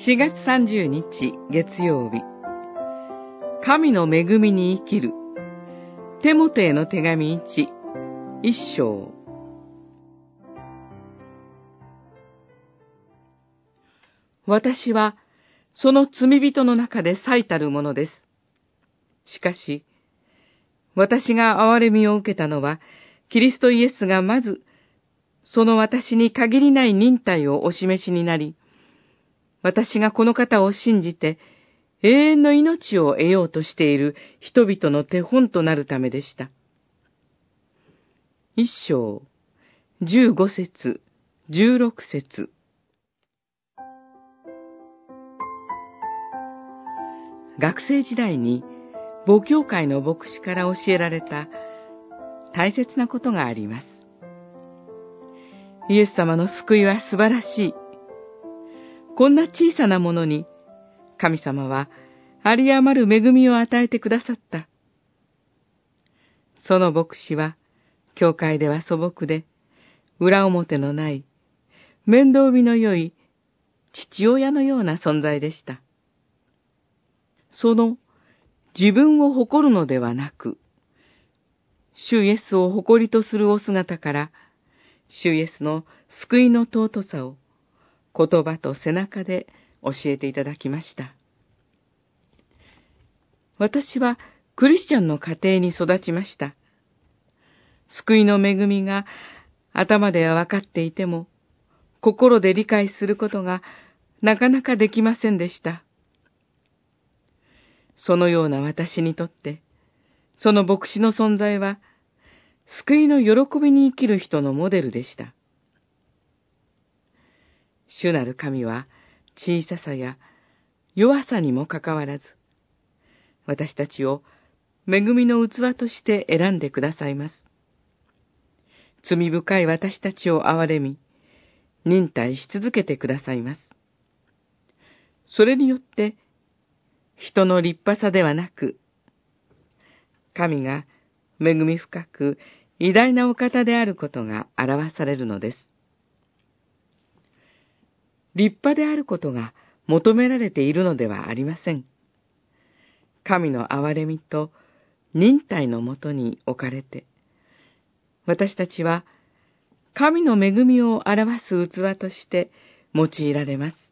4月30日月曜日、神の恵みに生きる。テモテへの手紙1章。私はその罪人の中で最たるものです。しかし、私が憐れみを受けたのは、キリストイエスがまず、その私に限りない忍耐をお示しになり、私がこの方を信じて、永遠の命を得ようとしている人々の手本となるためでした。1章、15節、16節。学生時代に母教会の牧師から教えられた大切なことがあります。イエス様の救いは素晴らしい。こんな小さなものに神様は有り余る恵みを与えてくださった。その牧師は教会では素朴で裏表のない面倒見の良い父親のような存在でした。その自分を誇るのではなく、主イエスを誇りとするお姿から、主イエスの救いの尊さを言葉と背中で教えていただきました。私はクリスチャンの家庭に育ちました。救いの恵みが頭では分かっていても、心で理解することがなかなかできませんでした。そのような私にとって、その牧師の存在は、救いの喜びに生きる人のモデルでした。主なる神は、小ささや弱さにもかかわらず、私たちを恵みの器として選んでくださいます。罪深い私たちを憐れみ、忍耐し続けてくださいます。それによって、人の立派さではなく、神が恵み深く偉大なお方であることが表されるのです。立派であることが求められているのではありません。神の憐れみと忍耐のもとに置かれて、私たちは神の恵みを表す器として用いられます。